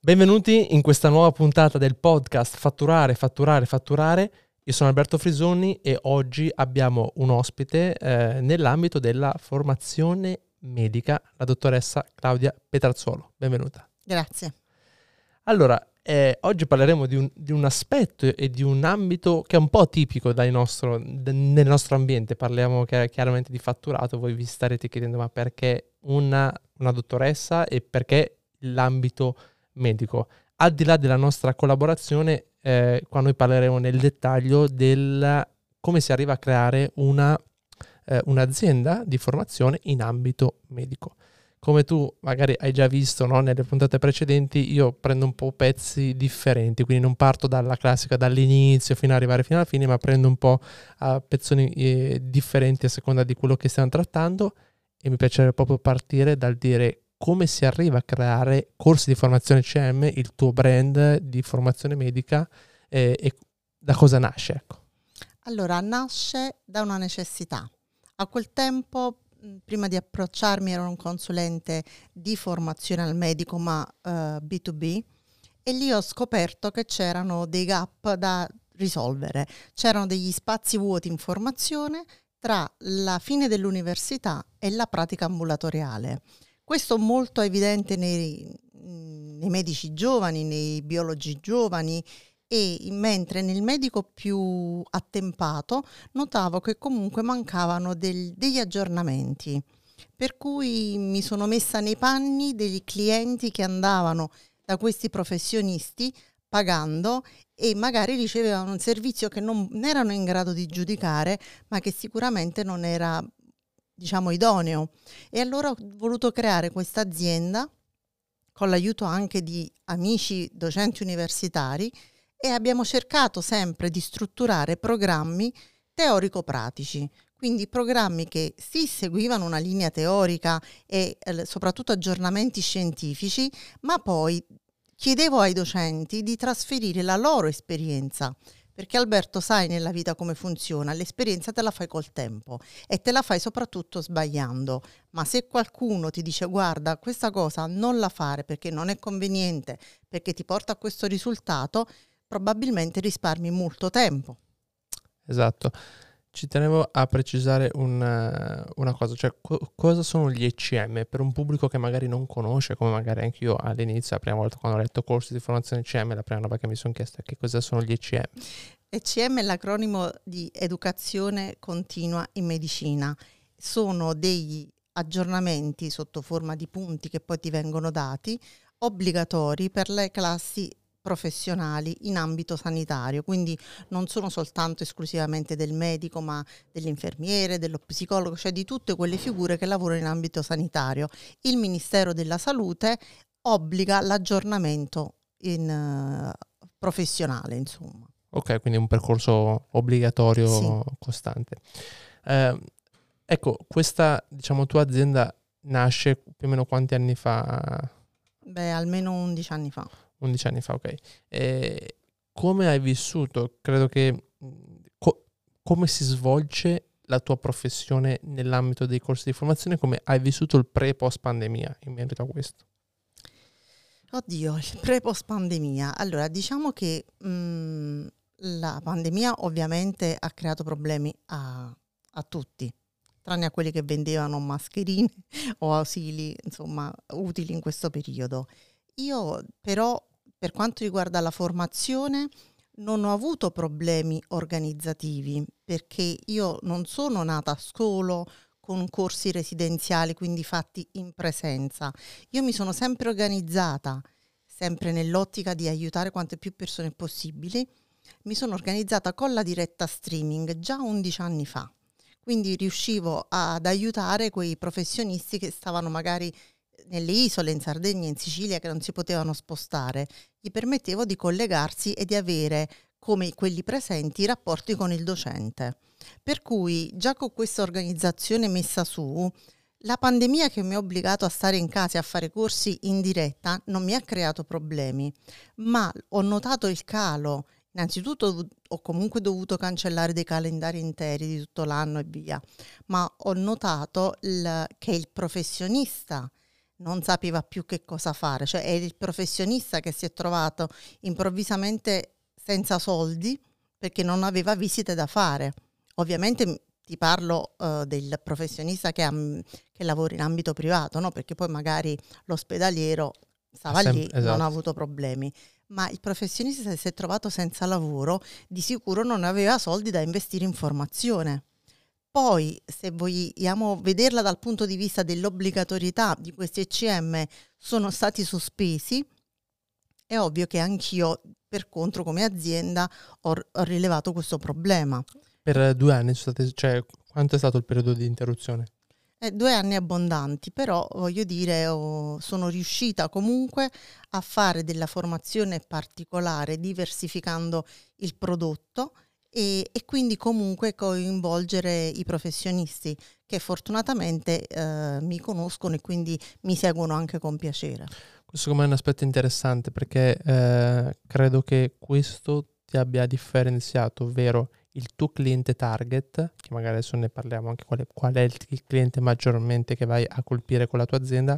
Benvenuti in questa nuova puntata del podcast Fatturare, Fatturare, Fatturare. Io sono Alberto Frisoni e oggi abbiamo un ospite nell'ambito della formazione medica, la dottoressa Claudia Petrazzolo. Benvenuta. Grazie. Allora, oggi parleremo di un aspetto e di un ambito che è un po' tipico nel nostro ambiente. Parliamo chiaramente di fatturato. Voi vi starete chiedendo ma perché una dottoressa e perché l'ambito medico. Al di là della nostra collaborazione, qua noi parleremo nel dettaglio del come si arriva a creare un'azienda di formazione in ambito medico. Come tu magari hai già visto, no, nelle puntate precedenti, io prendo un po' pezzi differenti, quindi non parto dalla classica, dall'inizio fino ad arrivare fino alla fine, ma prendo un po' a pezzoni differenti a seconda di quello che stiamo trattando, e mi piacerebbe proprio partire dal dire come si arriva a creare corsi di formazione CM, il tuo brand di formazione medica, e da cosa nasce, ecco. Allora, nasce da una necessità. A quel tempo, prima di approcciarmi, ero un consulente di formazione al medico, ma B2B, e lì ho scoperto che c'erano dei gap da risolvere. C'erano degli spazi vuoti in formazione tra la fine dell'università e la pratica ambulatoriale. Questo molto evidente nei medici giovani, nei biologi giovani, mentre nel medico più attempato notavo che comunque mancavano degli aggiornamenti. Per cui mi sono messa nei panni degli clienti che andavano da questi professionisti pagando e magari ricevevano un servizio che non erano in grado di giudicare, ma che sicuramente non era, idoneo. E allora ho voluto creare questa azienda con l'aiuto anche di amici docenti universitari e abbiamo cercato sempre di strutturare programmi teorico-pratici, quindi programmi che sì seguivano una linea teorica e soprattutto aggiornamenti scientifici, ma poi chiedevo ai docenti di trasferire la loro esperienza. Perché Alberto, sai nella vita come funziona, l'esperienza te la fai col tempo e te la fai soprattutto sbagliando, ma se qualcuno ti dice guarda questa cosa non la fare perché non è conveniente, perché ti porta a questo risultato, probabilmente risparmi molto tempo. Esatto. Ci tenevo a precisare una cosa, cioè cosa sono gli ECM per un pubblico che magari non conosce, come magari anche io all'inizio, la prima volta quando ho letto corsi di formazione ECM, la prima roba che mi sono chiesto è che cosa sono gli ECM. ECM è l'acronimo di Educazione Continua in Medicina. Sono degli aggiornamenti sotto forma di punti che poi ti vengono dati, obbligatori per le classi professionali in ambito sanitario, quindi non sono soltanto esclusivamente del medico, ma dell'infermiere, dello psicologo, cioè di tutte quelle figure che lavorano in ambito sanitario. Il Ministero della Salute obbliga l'aggiornamento professionale, insomma. Ok, quindi un percorso obbligatorio, Sì. Costante. Ecco, questa, tua azienda nasce più o meno quanti anni fa? Almeno 11 anni fa. 11 anni fa, ok. Come hai vissuto? Credo che come si svolge la tua professione nell'ambito dei corsi di formazione? Come hai vissuto il pre e post pandemia in merito a questo? Oddio, il pre-post pandemia. Allora, diciamo che la pandemia ovviamente ha creato problemi a tutti, tranne a quelli che vendevano mascherine o ausili, insomma, utili in questo periodo. Io però, per quanto riguarda la formazione, non ho avuto problemi organizzativi, perché io non sono nata solo con corsi residenziali, quindi fatti in presenza. Io mi sono sempre organizzata, sempre nell'ottica di aiutare quante più persone possibili. Mi sono organizzata con la diretta streaming già 11 anni fa. Quindi riuscivo ad aiutare quei professionisti che stavano magari nelle isole, in Sardegna, in Sicilia, che non si potevano spostare. Gli permettevo di collegarsi e di avere, come quelli presenti, rapporti con il docente. Per cui già con questa organizzazione messa su, la pandemia che mi ha obbligato a stare in casa e a fare corsi in diretta non mi ha creato problemi, ma ho notato il calo. Innanzitutto ho comunque dovuto cancellare dei calendari interi di tutto l'anno e via, ma ho notato che il professionista non sapeva più che cosa fare, cioè è il professionista che si è trovato improvvisamente senza soldi perché non aveva visite da fare. Ovviamente ti parlo del professionista che lavora in ambito privato, no? Perché poi magari l'ospedaliero stava lì, non esatto. ha avuto problemi. Ma il professionista che si è trovato senza lavoro, di sicuro non aveva soldi da investire in formazione. Poi, se vogliamo vederla dal punto di vista dell'obbligatorietà di questi ECM sono stati sospesi, è ovvio che anch'io, per contro, come azienda, ho rilevato questo problema. Per 2 anni sono state, cioè, quanto è stato il periodo di interruzione? 2 anni abbondanti, però voglio dire, sono riuscita comunque a fare della formazione particolare, diversificando il prodotto e quindi comunque coinvolgere i professionisti che fortunatamente mi conoscono e quindi mi seguono anche con piacere. Questo come è un aspetto interessante perché credo che questo ti abbia differenziato, ovvero il tuo cliente target, che magari adesso ne parliamo anche qual è il cliente maggiormente che vai a colpire con la tua azienda,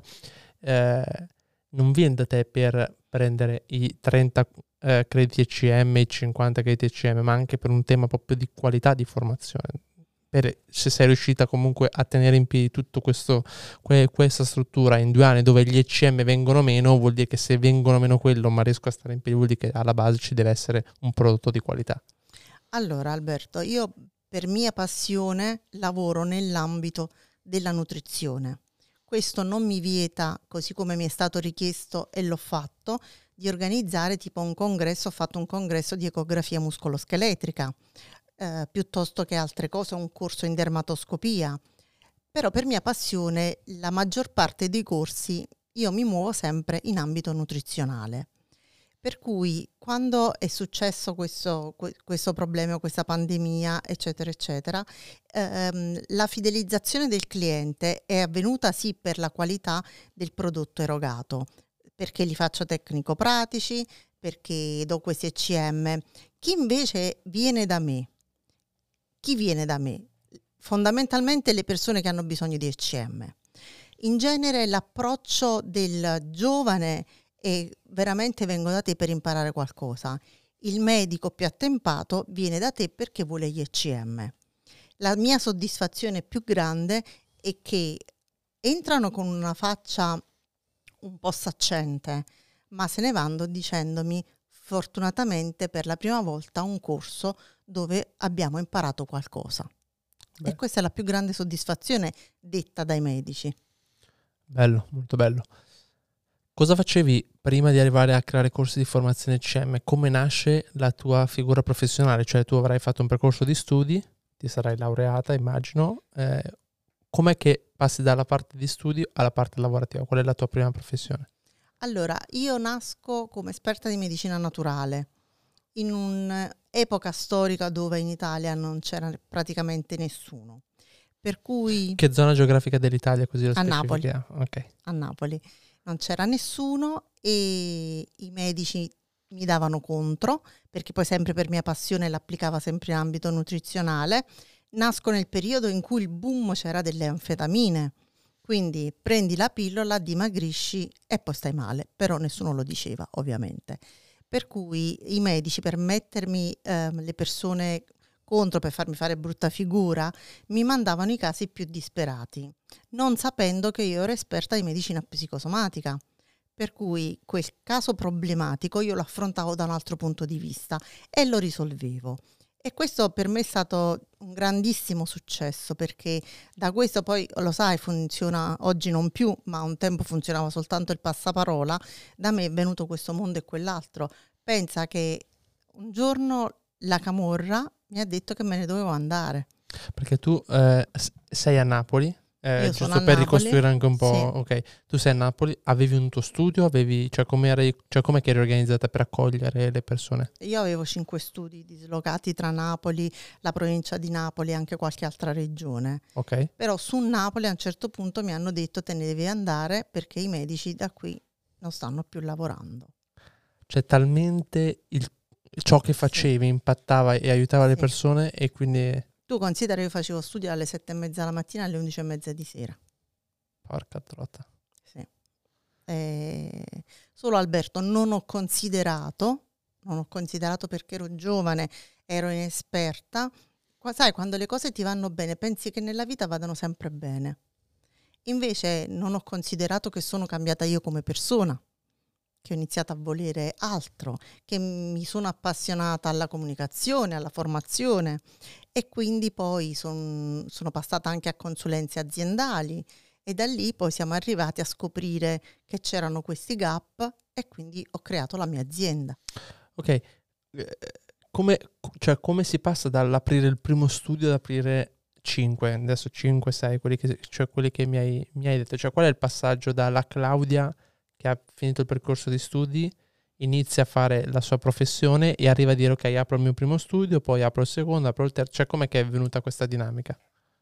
non viene da te per prendere i 30 crediti ECM, i 50 crediti ECM, ma anche per un tema proprio di qualità di formazione. Se sei riuscita comunque a tenere in piedi tutto questa struttura in 2 anni dove gli ECM vengono meno, vuol dire che se vengono meno quello ma riesco a stare in piedi, vuol dire che alla base ci deve essere un prodotto di qualità. Allora Alberto, io per mia passione lavoro nell'ambito della nutrizione. Questo non mi vieta, così come mi è stato richiesto e l'ho fatto, di organizzare tipo un congresso. Ho fatto un congresso di ecografia muscoloscheletrica, piuttosto che altre cose, un corso in dermatoscopia. Però per mia passione la maggior parte dei corsi io mi muovo sempre in ambito nutrizionale. Per cui quando è successo questo problema, questa pandemia, eccetera, eccetera, la fidelizzazione del cliente è avvenuta sì per la qualità del prodotto erogato, perché li faccio tecnico-pratici, perché do questi ECM. Chi invece viene da me? Chi viene da me? Fondamentalmente le persone che hanno bisogno di ECM. In genere l'approccio del giovane e veramente vengo da te per imparare qualcosa. Il medico più attempato viene da te perché vuole gli ECM. La mia soddisfazione più grande è che entrano con una faccia un po' saccente, ma se ne vanno dicendomi fortunatamente per la prima volta un corso dove abbiamo imparato qualcosa. Beh. E questa è la più grande soddisfazione detta dai medici. Bello, molto bello. Cosa facevi prima di arrivare a creare corsi di formazione ECM? Come nasce la tua figura professionale? Cioè tu avrai fatto un percorso di studi, ti sarai laureata immagino, com'è che passi dalla parte di studi alla parte lavorativa? Qual è la tua prima professione? Allora, io nasco come esperta di medicina naturale in un'epoca storica dove in Italia non c'era praticamente nessuno. Per cui che zona geografica dell'Italia, così lo specifichiamo? A Napoli. Okay. A Napoli. Non c'era nessuno e i medici mi davano contro, perché poi sempre per mia passione l'applicava sempre in ambito nutrizionale. Nasco nel periodo in cui il boom c'era delle anfetamine, quindi prendi la pillola, dimagrisci e poi stai male, però nessuno lo diceva ovviamente. Per cui i medici, per mettermi le persone contro, per farmi fare brutta figura, mi mandavano i casi più disperati, non sapendo che io ero esperta di medicina psicosomatica. Per cui quel caso problematico io lo affrontavo da un altro punto di vista e lo risolvevo. E questo per me è stato un grandissimo successo, perché da questo poi, lo sai, funziona oggi non più, ma un tempo funzionava soltanto il passaparola. Da me è venuto questo mondo e quell'altro. Pensa che un giorno la camorra mi ha detto che me ne dovevo andare. Perché tu sei a Napoli, giusto per Napoli, ricostruire anche un po', sì. Ok, tu sei a Napoli, avevi un tuo studio, com'è che eri organizzata per accogliere le persone? Io avevo 5 studi dislocati tra Napoli, la provincia di Napoli e anche qualche altra regione. Ok. Però su Napoli a un certo punto mi hanno detto te ne devi andare perché i medici da qui non stanno più lavorando. Cioè talmente ciò che facevi impattava e aiutava le persone e quindi... Tu consideri che io facevo studio alle 7:30 la mattina alle 11:30 di sera. Porca trota. Sì. Solo Alberto non ho considerato perché ero giovane, ero inesperta. Sai, quando le cose ti vanno bene, pensi che nella vita vadano sempre bene. Invece non ho considerato che sono cambiata io come persona, che ho iniziato a volere altro, che mi sono appassionata alla comunicazione, alla formazione e quindi poi sono passata anche a consulenze aziendali e da lì poi siamo arrivati a scoprire che c'erano questi gap e quindi ho creato la mia azienda. Ok, come si passa dall'aprire il primo studio ad aprire 5, adesso 5, 6, quelli che mi hai detto, cioè qual è il passaggio dalla Claudia che ha finito il percorso di studi, inizia a fare la sua professione e arriva a dire ok, apro il mio primo studio, poi apro il secondo, apro il terzo, cioè com'è che è venuta questa dinamica?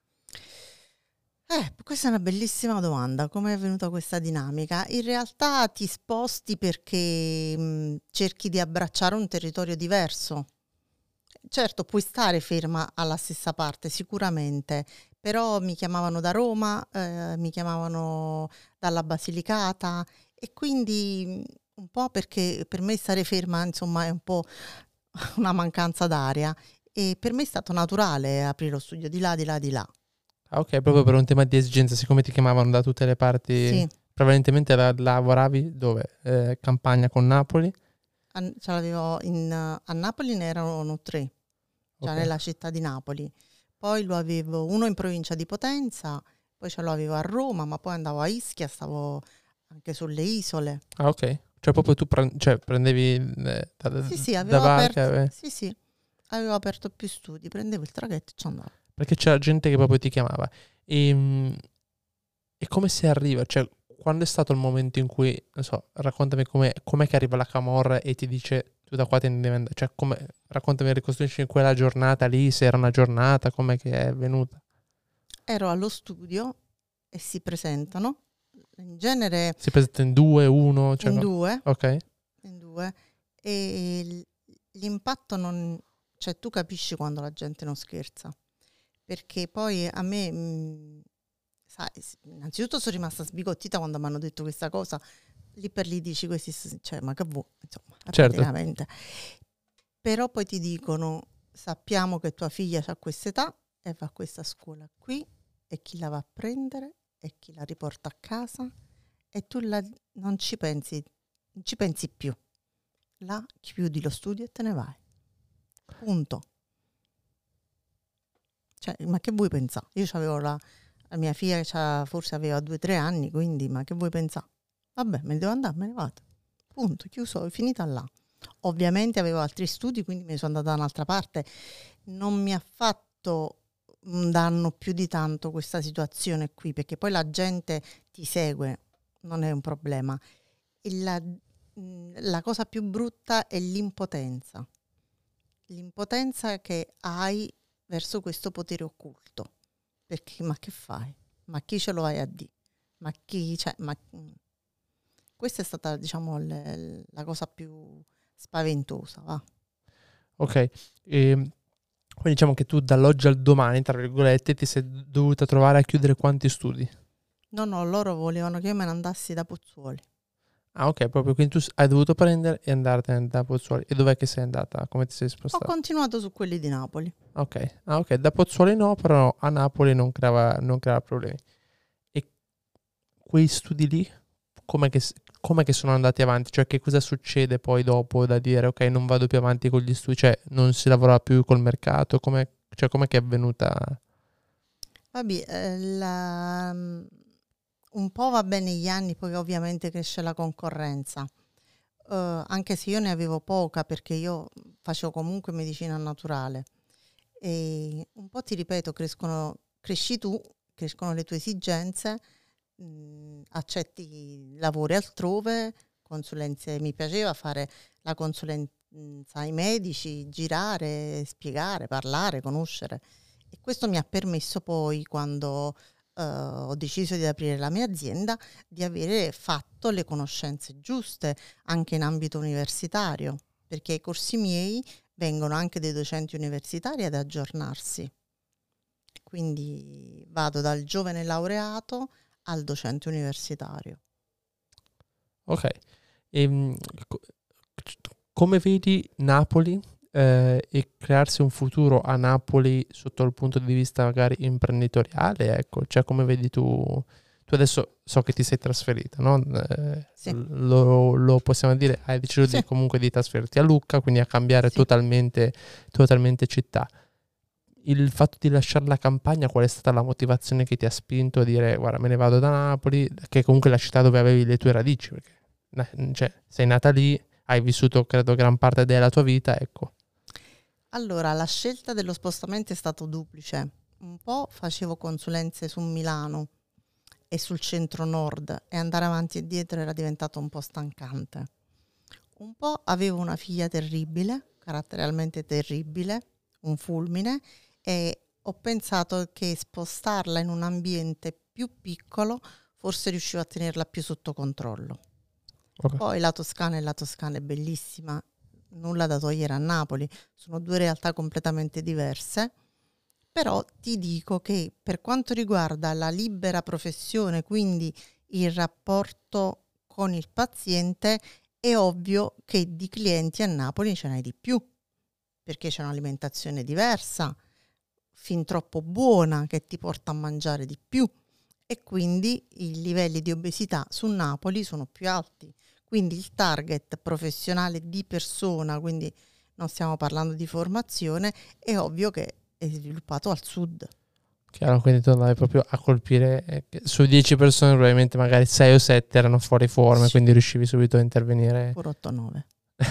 Questa è una bellissima domanda, come è venuta questa dinamica? In realtà ti sposti perché cerchi di abbracciare un territorio diverso. Certo, puoi stare ferma alla stessa parte, sicuramente, però mi chiamavano da Roma, mi chiamavano dalla Basilicata e quindi un po' perché per me stare ferma, insomma, è un po' una mancanza d'aria e per me è stato naturale aprire lo studio di là, di là, di là. Ah, ok, proprio per un tema di esigenza, siccome ti chiamavano da tutte le parti, Sì, prevalentemente lavoravi dove? Campagna con Napoli? ce l'avevo a Napoli, ne erano 3, già Ok. nella città di Napoli. Poi lo avevo uno in provincia di Potenza, poi ce l'avevo a Roma, ma poi andavo a Ischia, stavo anche sulle isole. Ah, ok. Cioè proprio tu prendevi Sì, da avevo aperto, barca, sì, avevo aperto più studi, prendevo il traghetto e ci andavo. perché c'era gente che proprio ti chiamava. E come si arriva? Cioè, quando è stato il momento in cui, non so, raccontami com'è che arriva la camorra e ti dice tu da qua te ne devi andare. Cioè, raccontami, ricostruisci quella giornata lì, se era una giornata, com'è che è venuta. Ero allo studio e si presentano, in genere Si presenta in due, uno, cioè, in due, ok. e l'impatto non... Cioè tu capisci quando la gente non scherza, perché poi a me, sai, innanzitutto sono rimasta sbigottita quando mi hanno detto questa cosa, lì per lì dici questi, cioè ma che vuoi, insomma, Certo. praticamente. Però poi ti dicono, sappiamo che tua figlia ha questa età e va a questa scuola qui e chi la va a prendere e chi la riporta a casa e tu non ci pensi, non ci pensi più. Là chiudi lo studio e te ne vai. Punto. Cioè, ma che vuoi pensare? Io avevo la mia figlia che forse aveva 2 o 3 anni, quindi ma che vuoi pensare? Vabbè, me ne devo andare, me ne vado. Punto, chiuso, è finita là. Ovviamente avevo altri studi, quindi me ne sono andata da un'altra parte. Non mi ha fatto un danno più di tanto questa situazione qui, perché poi la gente ti segue, non è un problema. E la cosa più brutta è l'impotenza. L'impotenza che hai verso questo potere occulto. Perché, ma che fai? Ma chi ce lo hai a dire? Ma chi, cioè, questa è stata, diciamo, la cosa più spaventosa, va. Ok. Quindi diciamo che tu dall'oggi al domani, tra virgolette, ti sei dovuta trovare a chiudere quanti studi? No, loro volevano che io me ne andassi da Pozzuoli. Ah, ok, proprio quindi tu hai dovuto prendere e andartene da Pozzuoli. E dov'è che sei andata? Come ti sei Ho spostata? continuato su quelli di Napoli. Ok, ok, da Pozzuoli no, però a Napoli non creava problemi. E quei studi lì, com'è che sono andati avanti? Cioè, che cosa succede poi dopo da dire, ok, non vado più avanti con gli studi, cioè non si lavora più col mercato? Com'è che è avvenuta? Vabbè, un po' va bene gli anni, poi ovviamente cresce la concorrenza. Anche se io ne avevo poca perché io facevo comunque medicina naturale. E un po' ti ripeto, cresci tu, crescono le tue esigenze, accetti lavori altrove, consulenze, mi piaceva fare la consulenza ai medici, girare, spiegare, parlare, conoscere. E questo mi ha permesso poi, quando ho deciso di aprire la mia azienda, di avere fatto le conoscenze giuste anche in ambito universitario, perché i corsi miei vengono anche dei docenti universitari ad aggiornarsi. Quindi vado dal giovane laureato al docente universitario. Ok. Ehm, co- come vedi Napoli e crearsi un futuro a Napoli sotto il punto di vista magari imprenditoriale? Ecco, cioè come vedi tu? Tu adesso so che ti sei trasferita, no? Sì, Lo possiamo dire, hai deciso sì, comunque di trasferirti a Lucca, quindi a cambiare sì. totalmente città. Il fatto di lasciare la campagna, qual è stata la motivazione che ti ha spinto a dire guarda me ne vado da Napoli, che comunque è la città dove avevi le tue radici, perché cioè, sei nata lì, hai vissuto credo gran parte della tua vita, ecco. Allora, la scelta dello spostamento è stato duplice. Un po' facevo consulenze su Milano e sul centro nord e andare avanti e dietro era diventato un po' stancante. Un po' avevo una figlia terribile, caratterialmente terribile, un fulmine, e ho pensato che spostarla in un ambiente più piccolo forse riuscivo a tenerla più sotto controllo. Ok. Poi la Toscana è bellissima, nulla da togliere a Napoli, sono due realtà completamente diverse, però ti dico che per quanto riguarda la libera professione, quindi il rapporto con il paziente, è ovvio che di clienti a Napoli ce n'hai di più, perché c'è un'alimentazione diversa, fin troppo buona, che ti porta a mangiare di più e quindi i livelli di obesità su Napoli sono più alti. Quindi il target professionale di persona, quindi non stiamo parlando di formazione, è ovvio che è sviluppato al sud. Chiaro, quindi tu andavi proprio a colpire su 10 persone probabilmente magari 6 o 7 erano fuori forma, Sì, quindi riuscivi subito a intervenire. pure 8-9.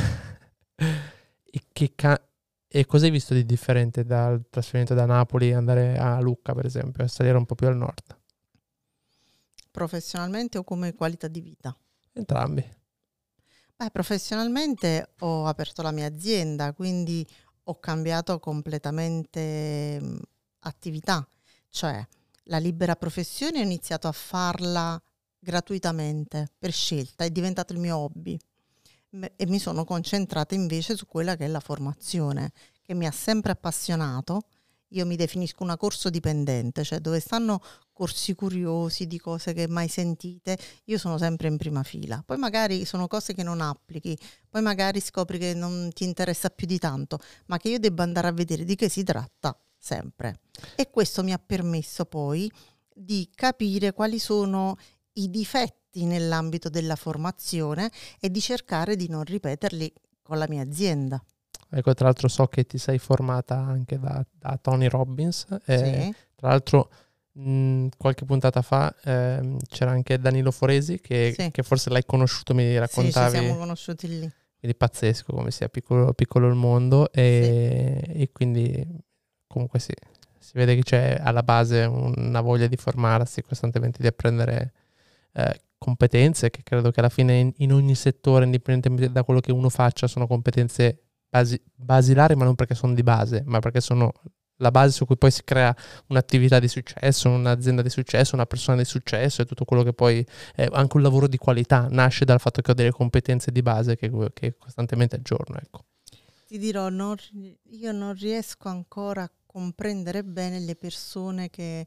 E, e cosa hai visto di differente dal trasferimento da Napoli andare a Lucca, per esempio, a salire un po' più al nord? Professionalmente o come qualità di vita? Entrambi. Beh, professionalmente ho aperto la mia azienda, quindi ho cambiato completamente attività, cioè la libera professione ho iniziato a farla gratuitamente, per scelta, è diventato il mio hobby. E mi sono concentrata invece su quella che è la formazione, che mi ha sempre appassionato. Io mi definisco una corso dipendente, cioè dove stanno corsi curiosi di cose che mai sentite, io sono sempre in prima fila. Poi magari sono cose che non applichi, poi magari scopri che non ti interessa più di tanto, ma che io debba andare a vedere di che si tratta sempre. E questo mi ha permesso poi di capire quali sono i difetti nell'ambito della formazione e di cercare di non ripeterli con la mia azienda. Ecco, tra l'altro so che ti sei formata anche da Tony Robbins. Sì, Tra l'altro qualche puntata fa c'era anche Danilo Foresi sì, che forse l'hai conosciuto, mi sì, ci siamo raccontavi, conosciuti lì. quindi pazzesco come sia piccolo, piccolo il mondo Sì. e quindi comunque sì, si vede che c'è alla base una voglia di formarsi costantemente, di apprendere competenze che credo che alla fine in ogni settore, indipendentemente da quello che uno faccia, sono competenze basilari, ma non perché sono di base, ma perché sono la base su cui poi si crea un'attività di successo, un'azienda di successo, una persona di successo e tutto quello che poi è anche un lavoro di qualità, nasce dal fatto che ho delle competenze di base che costantemente aggiorno, ecco. Ti dirò, io non riesco ancora a comprendere bene le persone che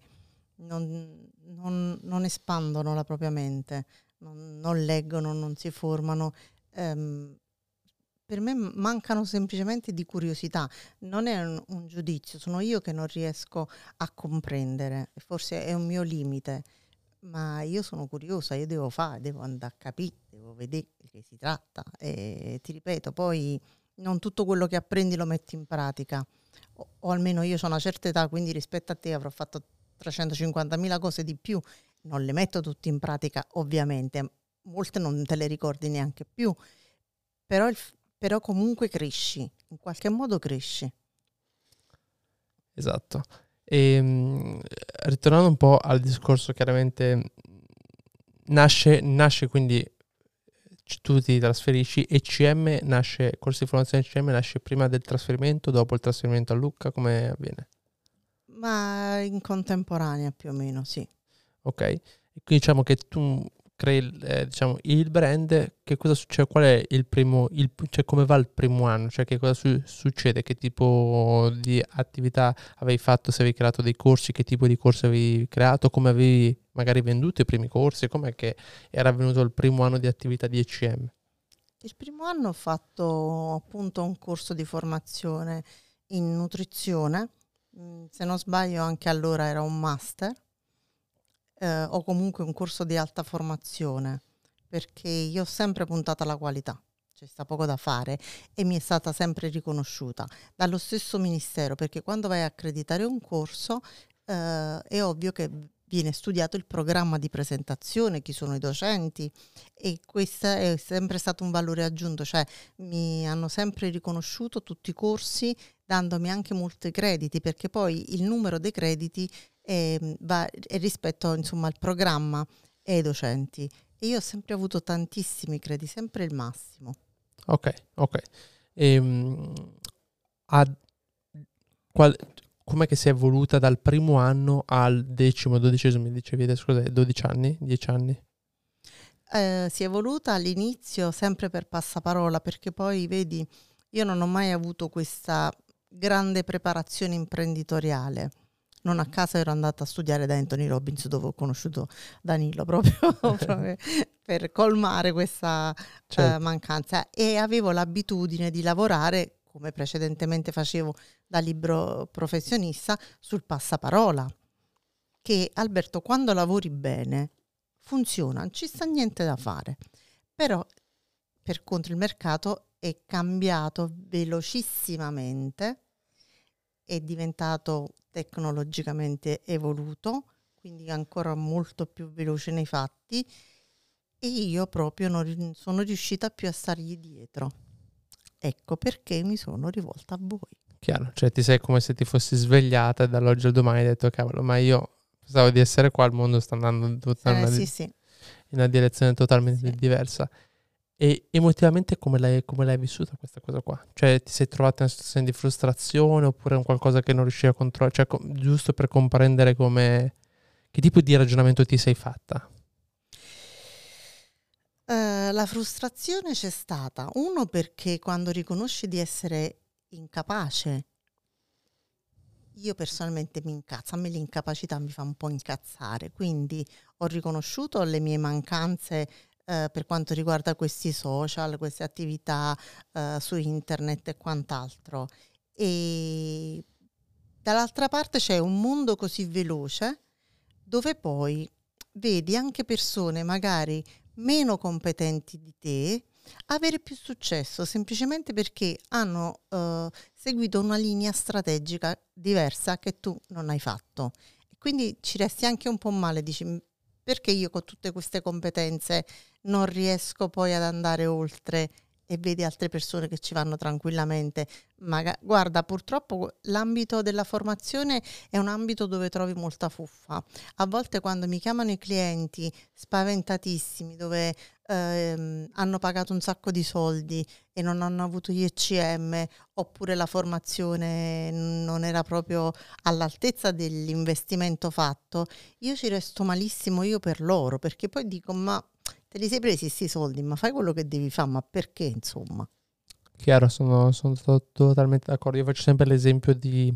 non espandono la propria mente, non leggono, non si formano. Ehm, per me mancano semplicemente di curiosità, non è un giudizio, sono io che non riesco a comprendere, forse è un mio limite, ma io sono curiosa, io devo fare, devo andare a capire, devo vedere di che si tratta e ti ripeto, poi non tutto quello che apprendi lo metti in pratica, o almeno io ho una certa età, quindi rispetto a te avrò fatto 350.000 cose di più, non le metto tutte in pratica ovviamente, molte non te le ricordi neanche più, però, però comunque cresci, in qualche modo cresci. Esatto. E ritornando un po' al discorso, chiaramente nasce quindi tu ti trasferisci, ECM nasce, corso di formazione ECM nasce prima del trasferimento, dopo il trasferimento a Lucca, come avviene? Ma in contemporanea più o meno, sì. Ok? E quindi diciamo che tu crei diciamo il brand, che cosa succede? Qual è il primo, cioè come va il primo anno? Cioè che cosa succede? Che tipo di attività avevi fatto? Se avevi creato dei corsi, che tipo di corsi avevi creato? Come avevi magari venduto i primi corsi? Com'è che era avvenuto il primo anno di attività di ECM? Il primo anno ho fatto appunto un corso di formazione in nutrizione, se non sbaglio anche allora era un master, o comunque un corso di alta formazione, perché io ho sempre puntato alla qualità, c'è sta poco da fare e mi è stata sempre riconosciuta dallo stesso ministero, perché quando vai a accreditare un corso è ovvio che viene studiato il programma di presentazione, chi sono i docenti, e questo è sempre stato un valore aggiunto, cioè mi hanno sempre riconosciuto tutti i corsi dandomi anche molti crediti, perché poi il numero dei crediti va rispetto insomma al programma e ai docenti, e io ho sempre avuto tantissimi crediti, sempre il massimo. Ok. A- com'è che si è evoluta dal primo anno al 10º, 12º, dicevi, scusa, 12 anni, 10 anni? Si è evoluta all'inizio sempre per passaparola, perché poi vedi, io non ho mai avuto questa grande preparazione imprenditoriale. Non a caso ero andata a studiare da Anthony Robbins, dove ho conosciuto Danilo proprio, proprio per colmare questa Certo. mancanza, e avevo l'abitudine di lavorare, come precedentemente facevo da libero professionista, sul passaparola, che Alberto, quando lavori bene funziona, non ci sta niente da fare. Però per contro il mercato è cambiato velocissimamente, è diventato tecnologicamente evoluto, quindi ancora molto più veloce nei fatti, e io proprio non sono riuscita più a stargli dietro. Ecco perché mi sono rivolta a voi. Chiaro, cioè ti sei come se ti fossi svegliata e dall'oggi al domani hai detto cavolo, ma io pensavo di essere qua, il mondo sta andando in Sì. in una direzione totalmente Sì. diversa. E emotivamente come l'hai vissuta questa cosa qua? Cioè ti sei trovata in una situazione di frustrazione oppure un qualcosa che non riuscivi a controllare? Cioè giusto per comprendere che tipo di ragionamento ti sei fatta? La frustrazione c'è stata. Uno, perché quando riconosci di essere incapace, io personalmente mi incazzo, a me l'incapacità mi fa un po' incazzare, quindi ho riconosciuto le mie mancanze per quanto riguarda questi social, queste attività su internet e quant'altro. E dall'altra parte c'è un mondo così veloce dove poi vedi anche persone magari meno competenti di te avere più successo, semplicemente perché hanno seguito una linea strategica diversa che tu non hai fatto. E quindi ci resti anche un po' male, dici perché io con tutte queste competenze non riesco poi ad andare oltre, e vedi altre persone che ci vanno tranquillamente. Guarda, purtroppo l'ambito della formazione è un ambito dove trovi molta fuffa. A volte quando mi chiamano i clienti spaventatissimi, dove hanno pagato un sacco di soldi e non hanno avuto gli ECM, oppure la formazione non era proprio all'altezza dell'investimento fatto, io ci resto malissimo io per loro, perché poi dico ma te li sei presi questi soldi, ma fai quello che devi fare, ma perché insomma? Chiaro, sono totalmente d'accordo. Io faccio sempre l'esempio di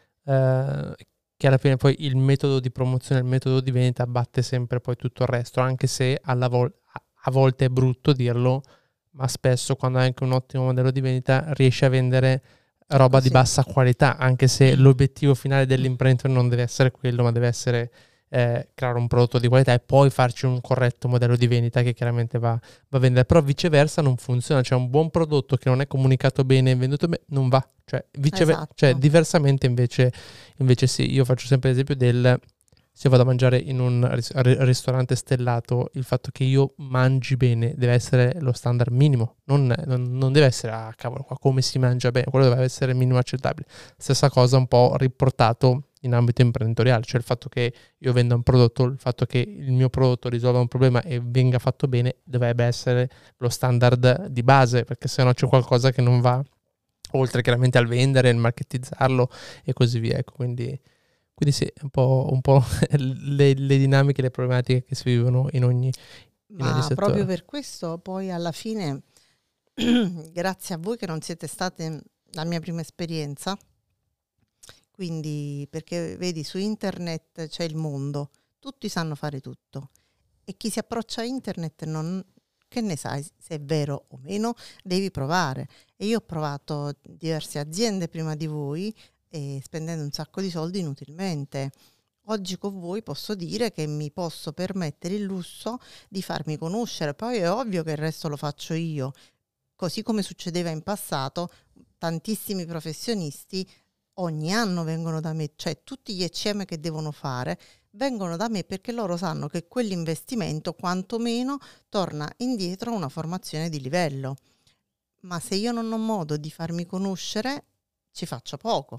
che alla fine poi il metodo di promozione, il metodo di vendita batte sempre poi tutto il resto, anche se a volte è brutto dirlo, ma spesso quando hai anche un ottimo modello di vendita riesci a vendere roba di bassa qualità, anche se l'obiettivo finale dell'imprenditore non deve essere quello, ma deve essere creare un prodotto di qualità e poi farci un corretto modello di vendita che chiaramente va a vendere. Però viceversa non funziona, cioè un buon prodotto che non è comunicato bene e venduto bene non va, cioè, Esatto. cioè diversamente invece sì. Io faccio sempre l'esempio se vado a mangiare in un ristorante stellato, il fatto che io mangi bene deve essere lo standard minimo, non deve essere cavolo qua come si mangia bene, quello deve essere il minimo accettabile. Stessa cosa un po' riportato in ambito imprenditoriale, cioè il fatto che io venda un prodotto, il fatto che il mio prodotto risolva un problema e venga fatto bene dovrebbe essere lo standard di base, perché se no c'è qualcosa che non va, oltre chiaramente al vendere, al marketizzarlo e così via. Ecco, quindi sì, un po' le dinamiche, le problematiche che si vivono in ogni Ma settore. proprio per questo poi alla fine, grazie a voi che non siete state la mia prima esperienza, quindi perché vedi su internet c'è il mondo, tutti sanno fare tutto e chi si approccia a internet non, che ne sai se è vero o meno, devi provare. E io ho provato diverse aziende prima di voi e spendendo un sacco di soldi inutilmente. Oggi con voi posso dire che mi posso permettere il lusso di farmi conoscere, poi è ovvio che il resto lo faccio io, così come succedeva in passato, tantissimi professionisti ogni anno vengono da me, cioè tutti gli ECM che devono fare vengono da me perché loro sanno che quell'investimento quantomeno torna indietro a una formazione di livello. Ma se io non ho modo di farmi conoscere, ci faccio poco.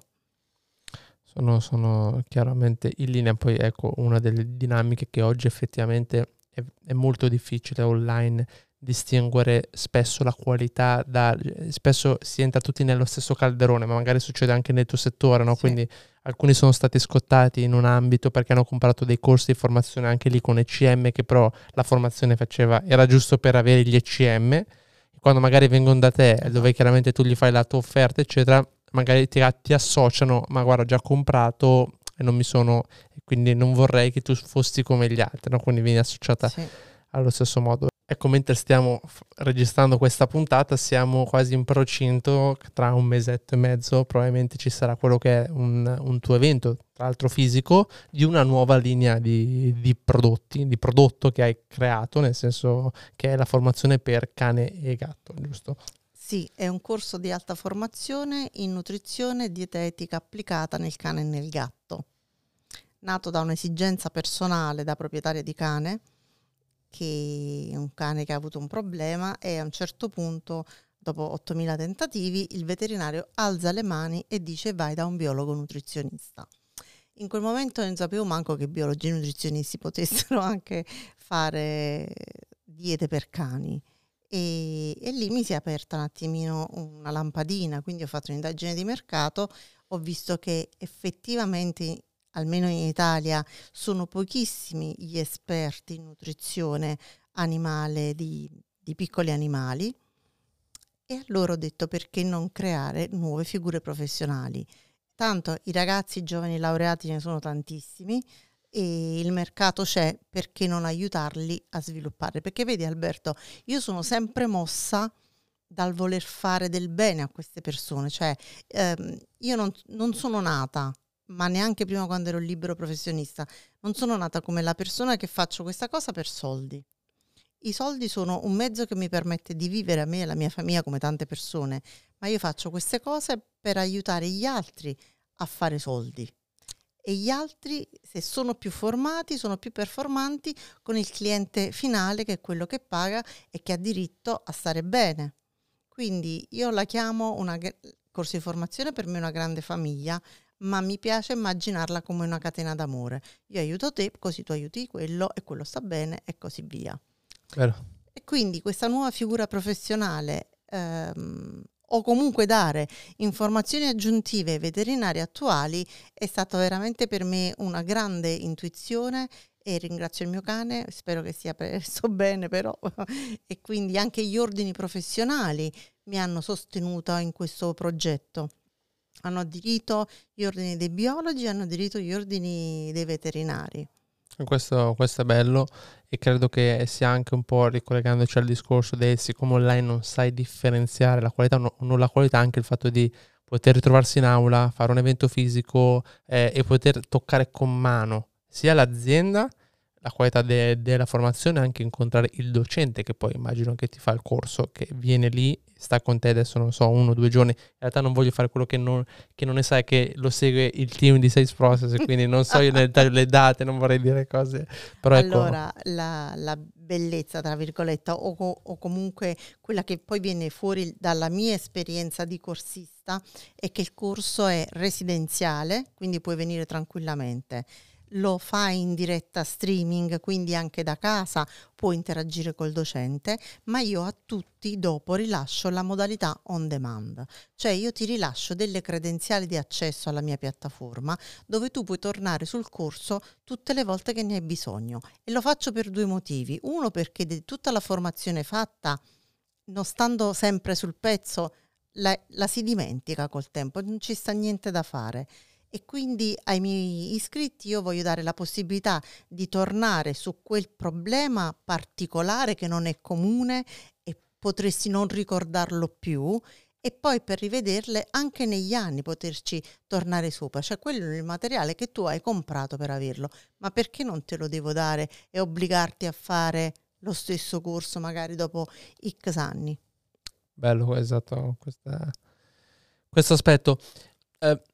Sono chiaramente in linea. Poi ecco, una delle dinamiche che oggi effettivamente è molto difficile online distinguere spesso la qualità spesso si entra tutti nello stesso calderone, ma magari succede anche nel tuo settore, no? Sì. Quindi alcuni sono stati scottati in un ambito perché hanno comprato dei corsi di formazione anche lì con ECM, che però la formazione era giusto per avere gli ECM. Quando magari vengono da te, dove chiaramente tu gli fai la tua offerta, eccetera, magari ti associano, ma guarda, ho già comprato e non mi sono, quindi non vorrei che tu fossi come gli altri, no? Quindi vieni associata Sì. allo stesso modo. Ecco, mentre stiamo registrando questa puntata, siamo quasi in procinto, tra un mesetto e mezzo probabilmente ci sarà quello che è un tuo evento, tra l'altro fisico, di una nuova linea di prodotti, di prodotto che hai creato, nel senso che è la formazione per cane e gatto, giusto? Sì, è un corso di alta formazione in nutrizione e dietetica applicata nel cane e nel gatto, nato da un'esigenza personale da proprietaria di cane, che è un cane che ha avuto un problema e a un certo punto, dopo 8.000 tentativi, il veterinario alza le mani e dice vai da un biologo nutrizionista. In quel momento non sapevo manco che biologi e nutrizionisti potessero anche fare diete per cani. E lì mi si è aperta un attimino una lampadina, quindi ho fatto un'indagine di mercato, ho visto che effettivamente, almeno in Italia, sono pochissimi gli esperti in nutrizione animale di piccoli animali, e allora ho detto perché non creare nuove figure professionali. Tanto i ragazzi i giovani laureati ce ne sono tantissimi, e il mercato c'è, perché non aiutarli a sviluppare? Perché vedi Alberto, io sono sempre mossa dal voler fare del bene a queste persone, cioè io non sono nata, ma neanche prima quando ero libero professionista, non sono nata come la persona che faccio questa cosa per soldi. I soldi sono un mezzo che mi permette di vivere a me e alla mia famiglia come tante persone, ma io faccio queste cose per aiutare gli altri a fare soldi. E gli altri, se sono più formati, sono più performanti con il cliente finale, che è quello che paga e che ha diritto a stare bene. Quindi io la chiamo corso di formazione, per me è una grande famiglia, ma mi piace immaginarla come una catena d'amore. Io aiuto te, così tu aiuti quello e quello sta bene e così via. Vero. E quindi questa nuova figura professionale o comunque dare informazioni aggiuntive ai veterinari attuali è stato veramente per me una grande intuizione, e ringrazio il mio cane, spero che sia presto bene però, e quindi anche gli ordini professionali mi hanno sostenuta in questo progetto. Hanno aderito gli ordini dei biologi, hanno aderito gli ordini dei veterinari. Questo è bello, e credo che sia anche un po', ricollegandoci al discorso siccome online non sai differenziare la qualità o non la qualità, anche il fatto di poter ritrovarsi in aula, fare un evento fisico e poter toccare con mano sia l'azienda, la qualità della formazione, anche incontrare il docente che poi immagino che ti fa il corso, che viene lì, sta con te adesso, non so, 1 o 2 giorni. In realtà non voglio fare quello che non ne sai, che lo segue il team di Sales Process, quindi non so io nel dettaglio le date, non vorrei dire cose, però allora, la bellezza, tra virgolette, o comunque quella che poi viene fuori dalla mia esperienza di corsista, è che il corso è residenziale, quindi puoi venire tranquillamente. lo fai in diretta streaming, quindi anche da casa puoi interagire col docente, ma io a tutti dopo rilascio la modalità on demand, cioè io ti rilascio delle credenziali di accesso alla mia piattaforma dove tu puoi tornare sul corso tutte le volte che ne hai bisogno, e lo faccio per due motivi. Uno, perché di tutta la formazione fatta, non stando sempre sul pezzo, la si dimentica col tempo, non ci sta niente da fare. E quindi ai miei iscritti io voglio dare la possibilità di tornare su quel problema particolare che non è comune e potresti non ricordarlo più, e poi per rivederle anche negli anni poterci tornare sopra. Cioè quello è il materiale che tu hai comprato per averlo, ma perché non te lo devo dare e obbligarti a fare lo stesso corso magari dopo X anni? Bello, esatto, questo aspetto. Eh,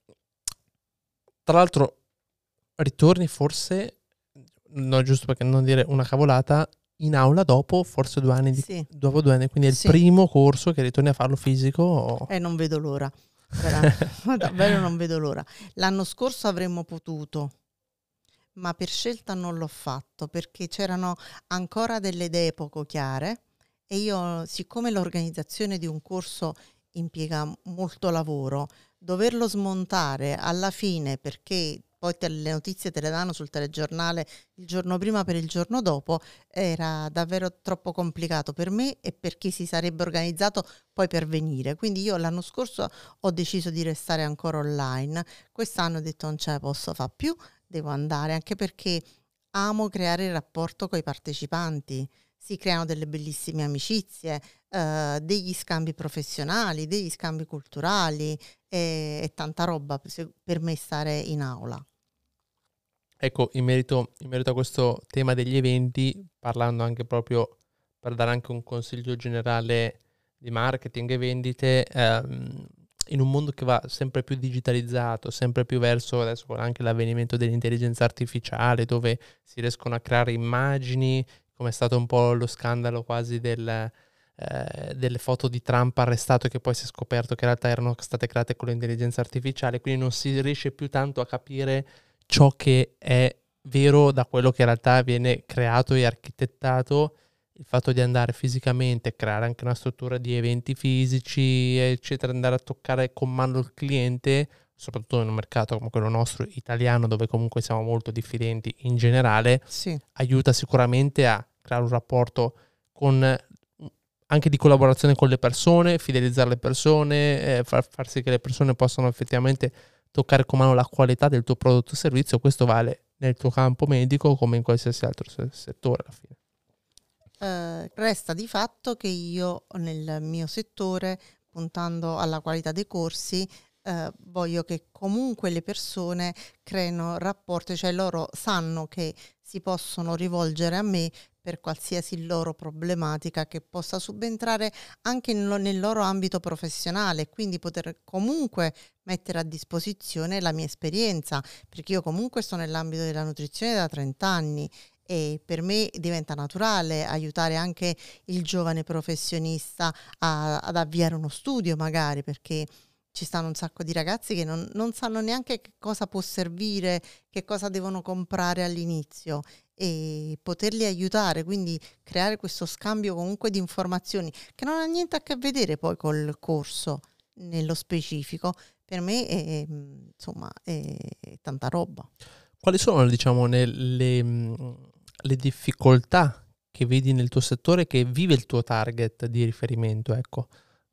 Tra l'altro, ritorni forse, no, giusto perché non dire una cavolata, in aula dopo forse 2 anni, Sì. dopo 2 anni, quindi è il Sì. primo corso che ritorni a farlo fisico. Non vedo l'ora, davvero non vedo l'ora. L'anno scorso avremmo potuto, ma per scelta non l'ho fatto perché c'erano ancora delle idee poco chiare, e io, siccome l'organizzazione di un corso impiega molto lavoro, doverlo smontare alla fine perché poi le notizie te le danno sul telegiornale il giorno prima per il giorno dopo, era davvero troppo complicato per me e per chi si sarebbe organizzato poi per venire. Quindi io l'anno scorso ho deciso di restare ancora online, quest'anno ho detto non ce la posso fare più, devo andare, anche perché amo creare il rapporto con i partecipanti. Si creano delle bellissime amicizie, degli scambi professionali, degli scambi culturali, e tanta roba per me stare in aula. Ecco, in merito a questo tema degli eventi, parlando anche proprio per dare anche un consiglio generale di marketing e vendite, in un mondo che va sempre più digitalizzato, sempre più verso adesso con anche l'avvenimento dell'intelligenza artificiale, dove si riescono a creare immagini, come è stato un po' lo scandalo quasi delle foto di Trump arrestato, che poi si è scoperto che in realtà erano state create con l'intelligenza artificiale, quindi non si riesce più tanto a capire ciò che è vero da quello che in realtà viene creato e architettato. Il fatto di andare fisicamente, creare anche una struttura di eventi fisici, eccetera, andare a toccare con mano il cliente, soprattutto in un mercato come quello nostro italiano, dove comunque siamo molto diffidenti in generale, Sì. aiuta sicuramente a creare un rapporto anche di collaborazione con le persone, fidelizzare le persone, far sì che le persone possano effettivamente toccare con mano la qualità del tuo prodotto o servizio. Questo vale nel tuo campo medico come in qualsiasi altro settore alla fine. Resta di fatto che io nel mio settore, puntando alla qualità dei corsi, voglio che comunque le persone creino rapporti, cioè loro sanno che si possono rivolgere a me per qualsiasi loro problematica che possa subentrare anche nel loro ambito professionale, quindi poter comunque mettere a disposizione la mia esperienza, perché io comunque sto nell'ambito della nutrizione da 30 anni e per me diventa naturale aiutare anche il giovane professionista ad avviare uno studio magari, perché ci stanno un sacco di ragazzi che non sanno neanche che cosa può servire, che cosa devono comprare all'inizio, e poterli aiutare, quindi creare questo scambio comunque di informazioni che non ha niente a che vedere poi col corso nello specifico, per me insomma è tanta roba. Quali sono, diciamo, le difficoltà che vedi nel tuo settore, che vive il tuo target di riferimento, ecco?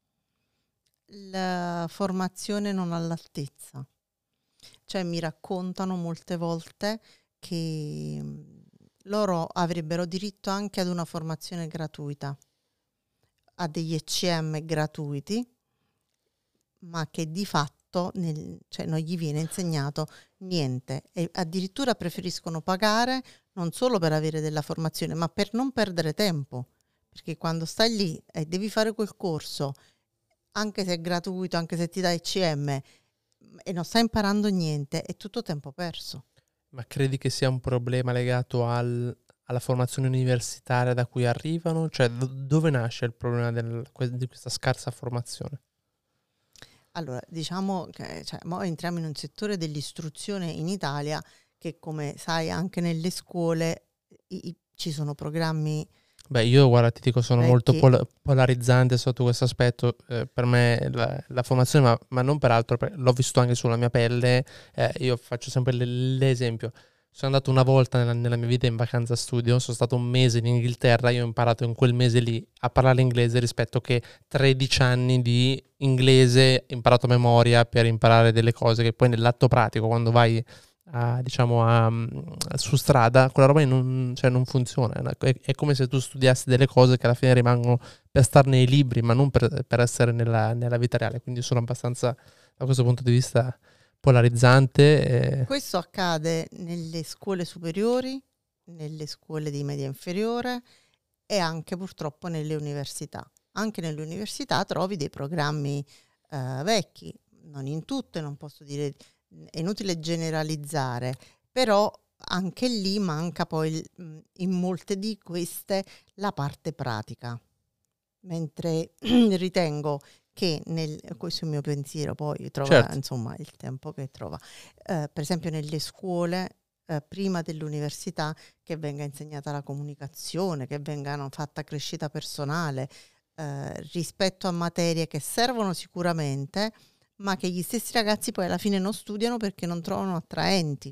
La formazione non all'altezza, cioè mi raccontano molte volte che loro avrebbero diritto anche ad una formazione gratuita, a degli ECM gratuiti, ma che di fatto cioè non gli viene insegnato niente, e addirittura preferiscono pagare non solo per avere della formazione, ma per non perdere tempo, perché quando stai lì e devi fare quel corso, anche se è gratuito, anche se ti dà ECM e non stai imparando niente, è tutto tempo perso. Ma credi che sia un problema legato alla formazione universitaria da cui arrivano? Cioè, dove nasce il problema di questa scarsa formazione? Allora, diciamo che mo entriamo in un settore dell'istruzione in Italia perché come sai anche nelle scuole ci sono programmi Beh, io guarda, ti dico, sono molto vecchi. polarizzante sotto questo aspetto. Per me la formazione, ma non per altro, l'ho vissuto anche sulla mia pelle. Io faccio sempre l'esempio. Sono andato una volta nella mia vita in vacanza studio, sono stato un mese in Inghilterra, io ho imparato in quel mese lì a parlare inglese rispetto che 13 anni di inglese imparato a memoria per imparare delle cose che poi nell'atto pratico, quando vai su strada, quella roba non funziona. È come se tu studiassi delle cose che alla fine rimangono per stare nei libri, ma non per essere nella vita reale. Quindi sono abbastanza, da questo punto di vista, polarizzante. Questo accade nelle scuole superiori, nelle scuole di media inferiore e anche purtroppo nelle università. Anche nelle università trovi dei programmi vecchi, non in tutte, non posso dire, è inutile generalizzare, però anche lì manca poi in molte di queste la parte pratica. Mentre ritengo che questo è il mio pensiero, poi trova Certo. insomma il tempo che trova. Per esempio nelle scuole, prima dell'università, che venga insegnata la comunicazione, che vengano fatta crescita personale, rispetto a materie che servono sicuramente, ma che gli stessi ragazzi poi alla fine non studiano perché non trovano attraenti.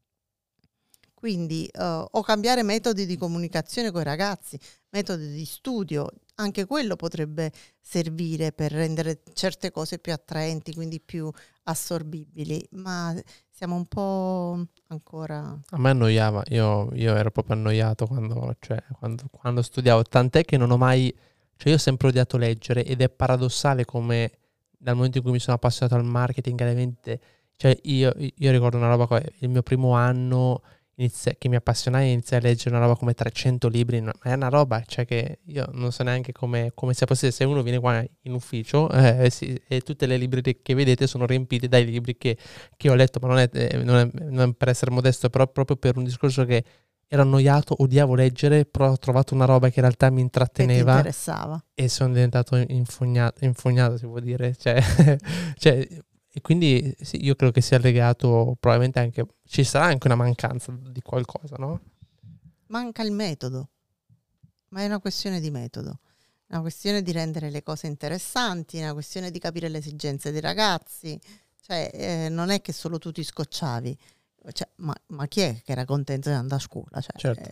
Quindi o cambiare metodi di comunicazione con i ragazzi, metodi di studio, anche quello potrebbe servire per rendere certe cose più attraenti, quindi più assorbibili, ma siamo un po' ancora... A me annoiava, io ero proprio annoiato quando studiavo, tant'è che non ho mai, cioè io ho sempre odiato leggere ed è paradossale come dal momento in cui mi sono appassionato al marketing, alle vendite, cioè io ricordo una roba, il mio primo anno che mi appassionai e iniziai a leggere una roba come 300 libri, ma è una roba, cioè che io non so neanche come sia possibile. Se uno viene qua in ufficio e tutte le librerie che vedete sono riempite dai libri che ho letto, ma non è per essere modesto, però proprio per un discorso che ero annoiato, odiavo leggere, però ho trovato una roba che in realtà mi che ti intratteneva interessava. e sono diventato infognato, si può dire, cioè, cioè, e quindi sì, io credo che sia legato probabilmente anche, ci sarà anche una mancanza di qualcosa, no? Manca il metodo, ma è una questione di metodo, è una questione di rendere le cose interessanti, è una questione di capire le esigenze dei ragazzi, cioè non è che solo tu ti scocciavi, cioè, ma chi è che era contento di andare a scuola? Cioè, Certo.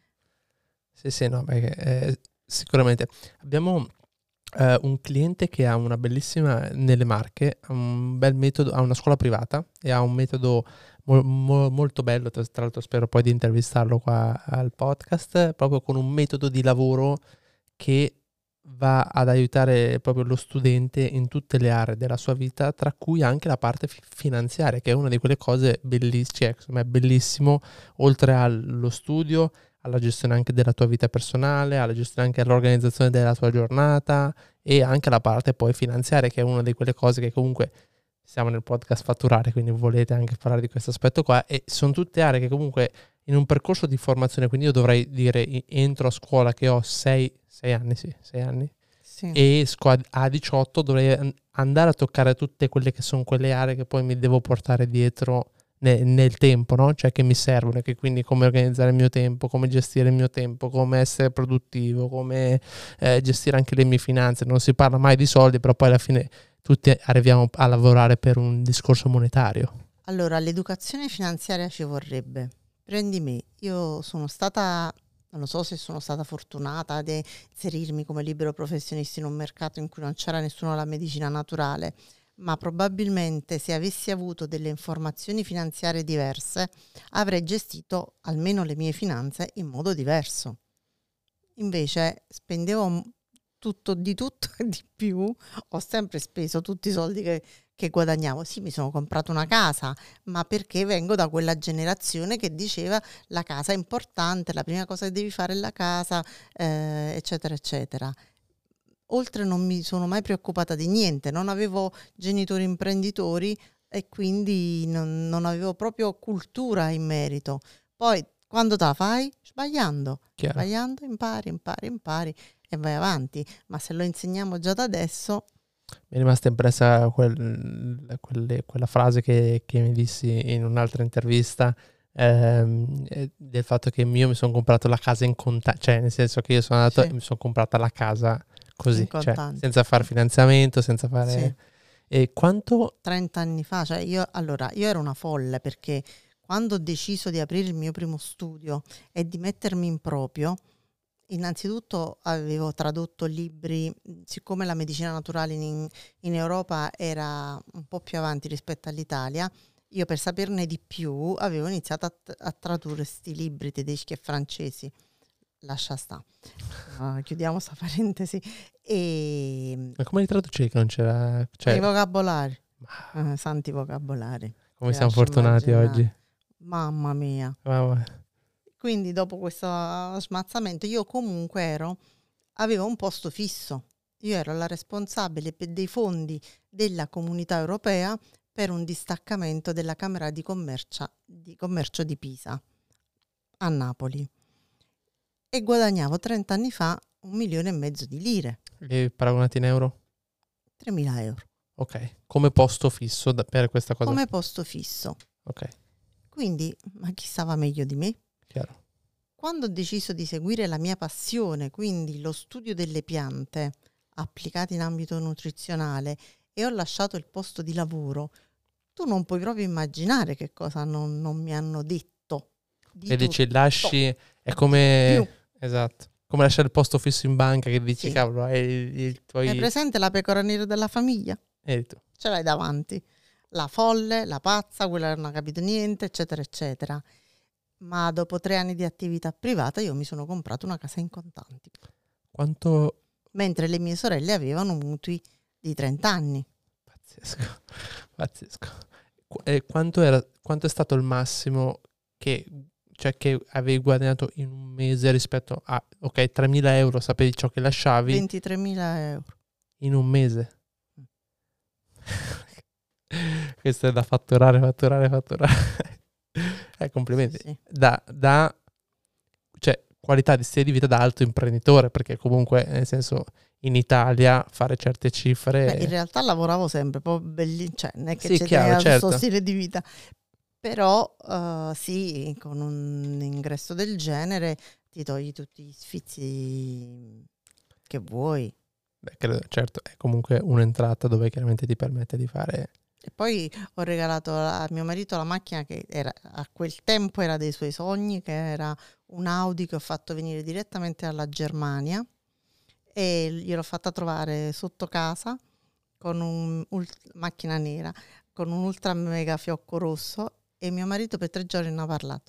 Sì, no, perché sicuramente abbiamo un cliente che ha una bellissima, nelle Marche, ha un bel metodo, ha una scuola privata e ha un metodo molto bello, tra l'altro spero poi di intervistarlo qua al podcast, proprio con un metodo di lavoro che va ad aiutare proprio lo studente in tutte le aree della sua vita, tra cui anche la parte finanziaria, che è una di quelle cose bellissime, secondo me è bellissimo, oltre allo studio, alla gestione anche della tua vita personale, alla gestione anche dell'organizzazione della tua giornata e anche la parte poi finanziaria, che è una di quelle cose che comunque siamo nel podcast fatturare, quindi volete anche parlare di questo aspetto qua, e sono tutte aree che comunque in un percorso di formazione, quindi io dovrei dire entro a scuola che ho 6 anni, sì. e esco a 18, dovrei andare a toccare tutte quelle che sono quelle aree che poi mi devo portare dietro nel tempo, no? Cioè che mi servono, che quindi come organizzare il mio tempo, come gestire il mio tempo, come essere produttivo, come gestire anche le mie finanze. Non si parla mai di soldi, però poi alla fine tutti arriviamo a lavorare per un discorso monetario. Allora, l'educazione finanziaria ci vorrebbe. Prendi me, io sono stata, non lo so se sono stata fortunata ad inserirmi come libero professionista in un mercato in cui non c'era nessuno alla medicina naturale, ma probabilmente se avessi avuto delle informazioni finanziarie diverse avrei gestito almeno le mie finanze in modo diverso. Invece spendevo tutto e di più, ho sempre speso tutti i soldi che guadagnavo. Sì, mi sono comprato una casa, ma perché vengo da quella generazione che diceva la casa è importante, la prima cosa che devi fare è la casa, eccetera, eccetera. Oltre non mi sono mai preoccupata di niente, non avevo genitori imprenditori e quindi non avevo proprio cultura in merito. Poi quando te la fai? Sbagliando. Chiaro. Sbagliando impari e vai avanti. Ma se lo insegniamo già da adesso... Mi è rimasta impressa quella frase che mi dissi in un'altra intervista, del fatto che io mi sono comprato la casa in contanti, cioè nel senso che io sono andato Sì. e mi sono comprata la casa così, In cioè contanti. senza fare finanziamento, senza fare... Sì. E quanto... 30 anni fa, cioè io ero una folle perché quando ho deciso di aprire il mio primo studio e di mettermi in proprio, innanzitutto avevo tradotto libri, siccome la medicina naturale in Europa era un po' più avanti rispetto all'Italia, io per saperne di più avevo iniziato a tradurre questi libri tedeschi e francesi. Lascia sta. Chiudiamo sta parentesi. E Ma come li traducevi che non c'era... i Cioè, vocabolari. ma Santi vocabolari. come Ti siamo lascio fortunati immaginare. oggi. Mamma mia. Mamma. Quindi dopo questo smazzamento io comunque avevo un posto fisso. Io ero la responsabile dei fondi della Comunità Europea per un distaccamento della Camera di Commercio di Pisa a Napoli. E guadagnavo 30 anni fa 1,5 milioni di lire, E paragonati in euro? 3.000 euro, Ok. Come posto fisso per questa cosa? come posto fisso. Ok, Quindi, ma chi stava meglio di me? chiaro. Quando ho deciso di seguire la mia passione, quindi lo studio delle piante applicate in ambito nutrizionale, e ho lasciato il posto di lavoro, tu non puoi proprio immaginare che cosa non mi hanno detto. Di E dici, tutto. lasci... È Più. come... Esatto. Come lasciare il posto fisso in banca che dici, Sì. cavolo, è il tuo... Hai presente la pecora nera della famiglia? tu. Ce l'hai davanti. La folle, la pazza, quella che non ha capito niente, eccetera, eccetera. Ma dopo 3 anni di attività privata io mi sono comprato una casa in contanti. Quanto... Mentre le mie sorelle avevano mutui di 30 anni. Pazzesco. Pazzesco. E quanto è stato il massimo che avevi guadagnato in un mese rispetto a, ok, 3.000 euro, sapevi ciò che lasciavi 23.000 euro. in un mese? Questo è da fatturare. Complimenti. Sì. Cioè, qualità di stile di vita da alto imprenditore, perché comunque, nel senso, in Italia fare certe cifre... Beh, in realtà lavoravo sempre, poi cioè, non è che Sì, c'è chiaro, questo certo. stile di vita. Però sì, con un ingresso del genere ti togli tutti gli sfizi che vuoi. Beh, credo, certo, è comunque un'entrata dove chiaramente ti permette di fare... E poi ho regalato a mio marito la macchina che a quel tempo era dei suoi sogni, che era un Audi che ho fatto venire direttamente dalla Germania e gliel'ho fatta trovare sotto casa con macchina nera, con un ultra mega fiocco rosso, e mio marito per 3 giorni non ha parlato.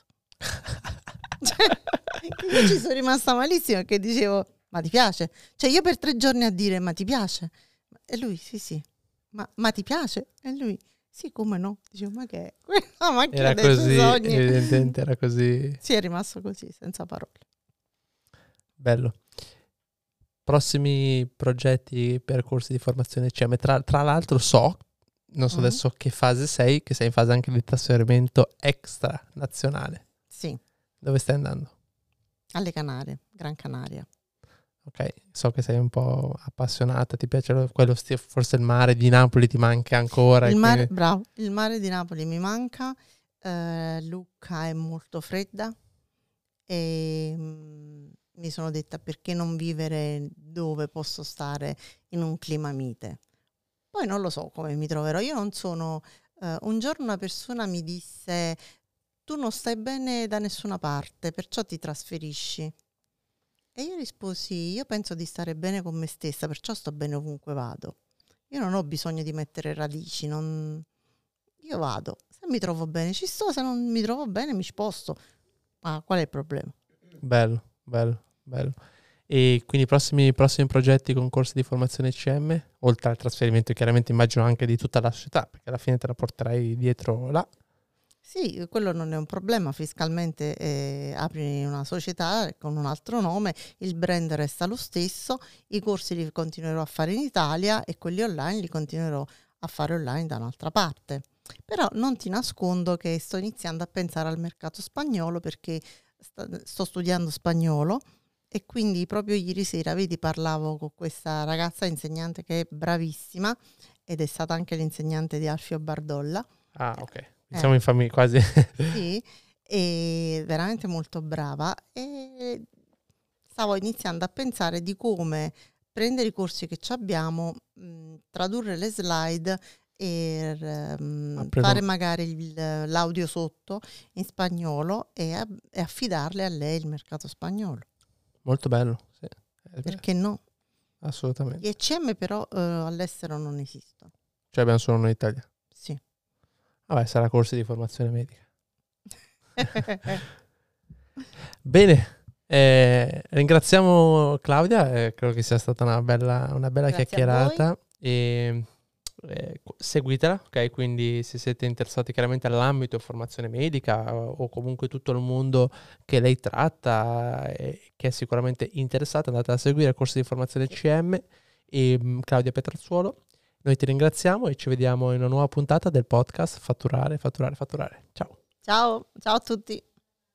Io ci sono rimasta malissimo perché dicevo, ma ti piace? Cioè io per 3 giorni a dire, ma ti piace? E lui, sì. Ma ti piace? E lui, sì, come no? Dicevo, ma che è? La macchina Era dei suoi così, sogni. evidentemente era così. Sì, è rimasto così, senza parole. Bello. Prossimi progetti, percorsi di formazione CM. Tra l'altro non so adesso che fase sei, che sei in fase anche di trasferimento extra nazionale. Sì, Dove stai andando? alle Canarie, Gran Canaria. Ok, so che sei un po' appassionata, ti piace quello forse il mare di Napoli ti manca ancora. Bravo, il mare di Napoli mi manca, Lucca è molto fredda e mi sono detta perché non vivere dove posso stare in un clima mite. Poi non lo so come mi troverò, io non sono... un giorno una persona mi disse, tu non stai bene da nessuna parte, perciò ti trasferisci. E io risposi, io penso di stare bene con me stessa, perciò sto bene ovunque vado. Io non ho bisogno di mettere radici, io vado. Se mi trovo bene ci sto, se non mi trovo bene mi sposto. Ma qual è il problema? Bello. E quindi prossimi progetti, concorsi di formazione CM, oltre al trasferimento chiaramente immagino anche di tutta la società, perché alla fine te la porterai dietro là. Sì, quello non è un problema, fiscalmente apri una società con un altro nome, il brand resta lo stesso, i corsi li continuerò a fare in Italia e quelli online li continuerò a fare online da un'altra parte. Però non ti nascondo che sto iniziando a pensare al mercato spagnolo perché sto studiando spagnolo e quindi proprio ieri sera, vedi, parlavo con questa ragazza insegnante che è bravissima ed è stata anche l'insegnante di Alfio Bardolla. Ah, ok. Siamo in famiglia quasi. Sì, è veramente molto brava, e stavo iniziando a pensare di come prendere i corsi che ci abbiamo, tradurre le slide e fare magari l'audio sotto in spagnolo e affidarle a lei il mercato spagnolo. Molto bello, sì. Perché no? Assolutamente. Gli ECM però all'estero non esistono. Cioè abbiamo solo noi in Italia. Sì. Vabbè, sarà corsi di formazione medica. Bene, ringraziamo Claudia, credo che sia stata una bella chiacchierata. E seguitela, ok? Quindi se siete interessati chiaramente all'ambito formazione medica o comunque tutto il mondo che lei tratta e che è sicuramente interessata, andate a seguire il corso di formazione CM e Claudia Petrazzuolo. Noi ti ringraziamo e ci vediamo in una nuova puntata del podcast Fatturare. Ciao. Ciao a tutti.